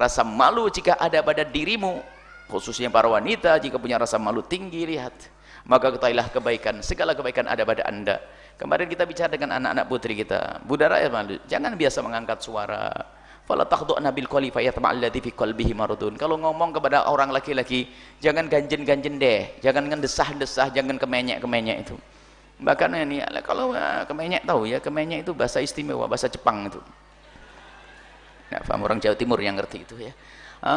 rasa malu jika ada pada dirimu, khususnya para wanita jika punya rasa malu tinggi, lihat, maka ketahuilah kebaikan, segala kebaikan ada pada anda. Kemarin kita bicara dengan anak-anak putri kita, Budara ya malu, jangan biasa mengangkat suara. Fala takhdu'na bil qawli fayatma'alladzi fi qalbihi maradun. Kalau ngomong kepada orang laki-laki, jangan ganjen-ganjen deh, jangan ngendesah-desah, jangan kemenyek-kemenyek itu. Bahkan ini kalau kemenyek, tahu ya, kemenyek itu bahasa istimewa, bahasa Jepang itu. Nah, paham orang Jawa Timur yang ngerti itu ya.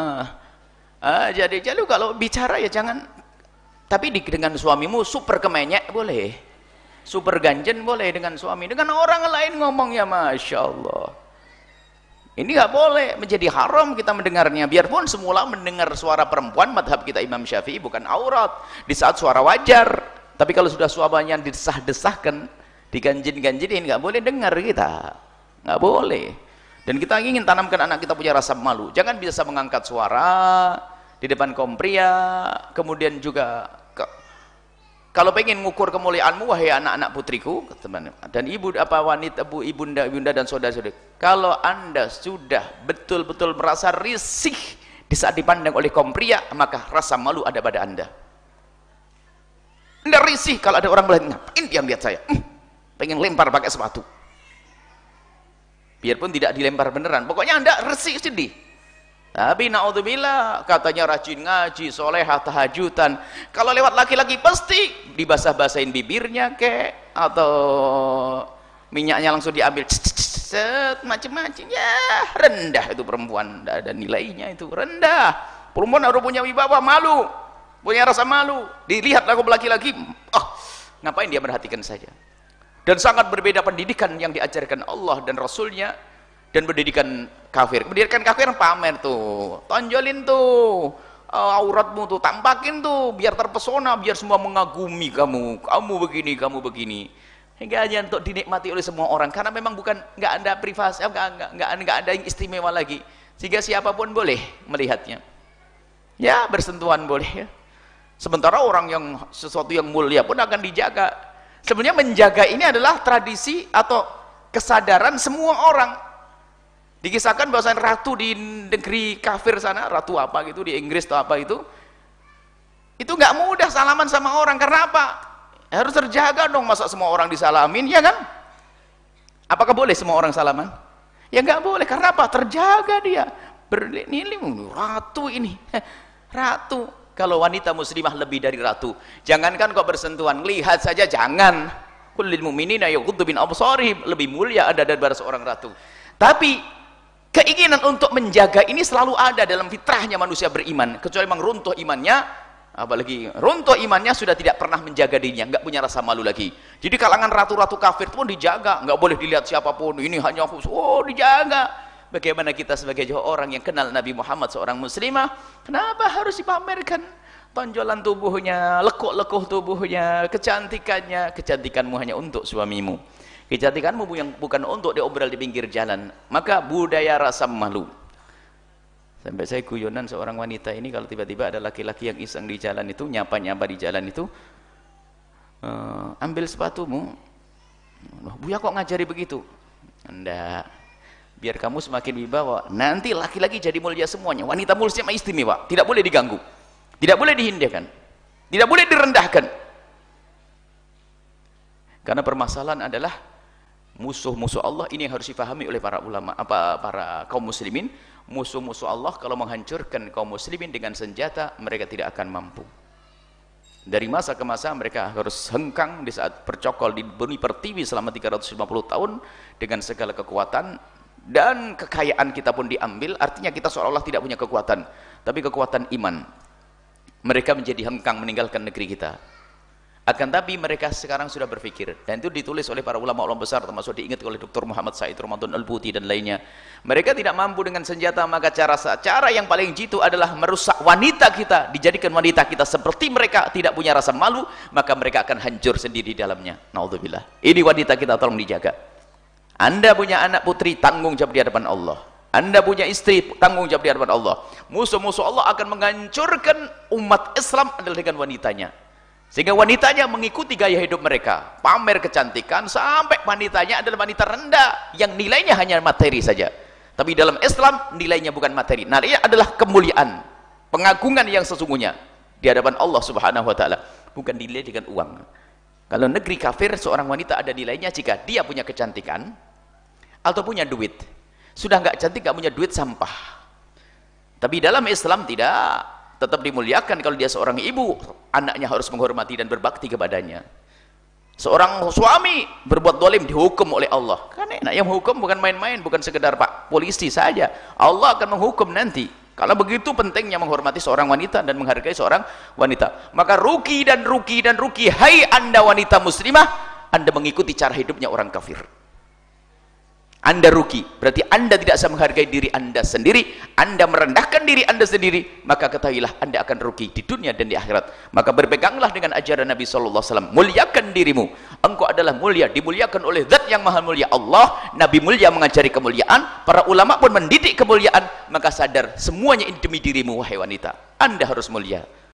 Jadi kalau bicara ya jangan, tapi dengan suamimu super kemenyek boleh, super ganjen boleh dengan suami, dengan orang lain ngomong ya Masya Allah. Ini nggak boleh, menjadi haram kita mendengarnya. Biarpun semula mendengar suara perempuan, madhab kita Imam Syafi'i bukan aurat di saat suara wajar. Tapi kalau sudah suaranya disah-desahkan, diganjin-ganjinin, nggak boleh dengar kita, nggak boleh. Dan kita ingin tanamkan anak kita punya rasa malu. Jangan biasa mengangkat suara di depan kaum pria. Kemudian juga kalau pengen mengukur kemuliaanmu, wahai anak-anak putriku, teman, dan ibu apa wanita, ibunda dan saudara-saudari, kalau anda sudah betul-betul merasa risih di saat dipandang oleh kaum pria, maka rasa malu ada pada anda. Anda risih kalau ada orang melihat, ngapain dia lihat saya, pengen lempar pakai sepatu, biarpun tidak dilempar beneran, pokoknya anda risih, sedih. Tapi na'udzubillah, katanya rajin ngaji, solehah, tahajudan, kalau lewat laki-laki pasti dibasah-basahin bibirnya kek, atau minyaknya langsung diambil, macam-macam ya, rendah itu perempuan, tidak ada nilainya itu, rendah. Perempuan harus punya wibawa, malu, punya rasa malu, dilihat lagu laki-laki, ngapain dia merhatikan saja. Dan sangat berbeda pendidikan yang diajarkan Allah dan Rasulnya dan pendidikan kafir. Pendidikan kafir pamer tuh, tonjolin tuh auratmu tuh, tampakin tuh biar terpesona, biar semua mengagumi kamu, kamu begini, hingga hanya untuk dinikmati oleh semua orang, karena memang bukan, nggak ada privasi, nggak ada yang istimewa lagi, sehingga siapapun boleh melihatnya ya, bersentuhan boleh ya. Sementara orang yang sesuatu yang mulia pun akan dijaga. Sebenarnya menjaga ini adalah tradisi atau kesadaran semua orang. Dikisahkan bahwa ratu di negeri kafir sana, ratu apa gitu di Inggris atau apa itu nggak mudah salaman sama orang. Karena apa? Harus terjaga dong, masa semua orang disalamin, ya kan? Apakah boleh semua orang salaman? Ya nggak boleh. Karena apa? Terjaga dia. Ratu ini, ratu. Kalau wanita muslimah lebih dari ratu. Jangankan kok bersentuhan, lihat saja jangan. Kullil mu'minina yaghuddu min absarihim, lebih mulia ada daripada seorang ratu. Tapi keinginan untuk menjaga ini selalu ada dalam fitrahnya manusia beriman, kecuali memang runtuh imannya, apalagi runtuh imannya sudah tidak pernah menjaga dirinya, nggak punya rasa malu lagi. Jadi kalangan ratu-ratu kafir pun dijaga, nggak boleh dilihat siapapun, ini hanya khusus, dijaga. Bagaimana kita sebagai orang yang kenal Nabi Muhammad seorang muslimah, kenapa harus dipamerkan tonjolan tubuhnya, lekuk-lekuk tubuhnya, kecantikannya? Kecantikanmu hanya untuk suamimu, kecantikanmu yang bukan untuk diobral di pinggir jalan. Maka budaya rasa malu. Sampai saya guyonan seorang wanita ini, kalau tiba-tiba ada laki-laki yang iseng di jalan itu, nyapa-nyapa di jalan itu, ambil sepatumu. Buya kok ngajari begitu? Enggak, biar kamu semakin wibawa, nanti laki-laki jadi mulia semuanya, wanita mulia istimewa, tidak boleh diganggu, tidak boleh dihindarkan, tidak boleh direndahkan. Karena permasalahan adalah musuh-musuh Allah ini yang harus difahami oleh para ulama, para kaum muslimin. Musuh-musuh Allah kalau menghancurkan kaum muslimin dengan senjata, mereka tidak akan mampu. Dari masa ke masa mereka harus hengkang di saat bercokol di bumi pertiwi selama 350 tahun dengan segala kekuatan. Dan kekayaan kita pun diambil, artinya kita seolah-olah tidak punya kekuatan, tapi kekuatan iman. Mereka menjadi hengkang meninggalkan negeri kita. Akan tapi mereka sekarang sudah berpikir, dan itu ditulis oleh para ulama-ulama besar, termasuk diingat oleh Dr. Muhammad Said Ramadan Al-Buti dan lainnya. Mereka tidak mampu dengan senjata, maka cara yang paling jitu adalah merusak wanita kita, dijadikan wanita kita seperti mereka, tidak punya rasa malu, maka mereka akan hancur sendiri di dalamnya. Naudzubillah. Ini wanita kita tolong dijaga. Anda punya anak putri, tanggung jawab di hadapan Allah. Anda punya istri, tanggung jawab di hadapan Allah. Musuh-musuh Allah akan menghancurkan umat Islam adalah dengan wanitanya. Sehingga wanitanya mengikuti gaya hidup mereka, pamer kecantikan, sampai wanitanya adalah wanita rendah yang nilainya hanya materi saja. Tapi dalam Islam nilainya bukan materi, nilainya adalah kemuliaan, pengagungan yang sesungguhnya di hadapan Allah Subhanahu wa taala, bukan dinilai dengan uang. Kalau negeri kafir, seorang wanita ada nilainya jika dia punya kecantikan atau punya duit. Sudah nggak cantik, nggak punya duit, sampah. Tapi dalam Islam tidak, tetap dimuliakan. Kalau dia seorang ibu, anaknya harus menghormati dan berbakti kepadanya. Seorang suami berbuat dolim dihukum oleh Allah. Kan enak, yang menghukum bukan main-main, bukan sekedar pak polisi saja. Allah akan menghukum nanti. Kalau begitu pentingnya menghormati seorang wanita dan menghargai seorang wanita. Maka rugi dan rugi dan rugi, hai anda wanita muslimah, anda mengikuti cara hidupnya orang kafir. Anda rugi, berarti anda tidak bisa menghargai diri anda sendiri, anda merendahkan diri anda sendiri, maka ketahuilah anda akan rugi di dunia dan di akhirat. Maka berpeganglah dengan ajaran Nabi SAW, muliakan dirimu, engkau adalah mulia, dimuliakan oleh zat yang maha mulia Allah. Nabi mulia mengajari kemuliaan, para ulama pun mendidik kemuliaan. Maka sadar semuanya ini demi dirimu wahai wanita, anda harus mulia.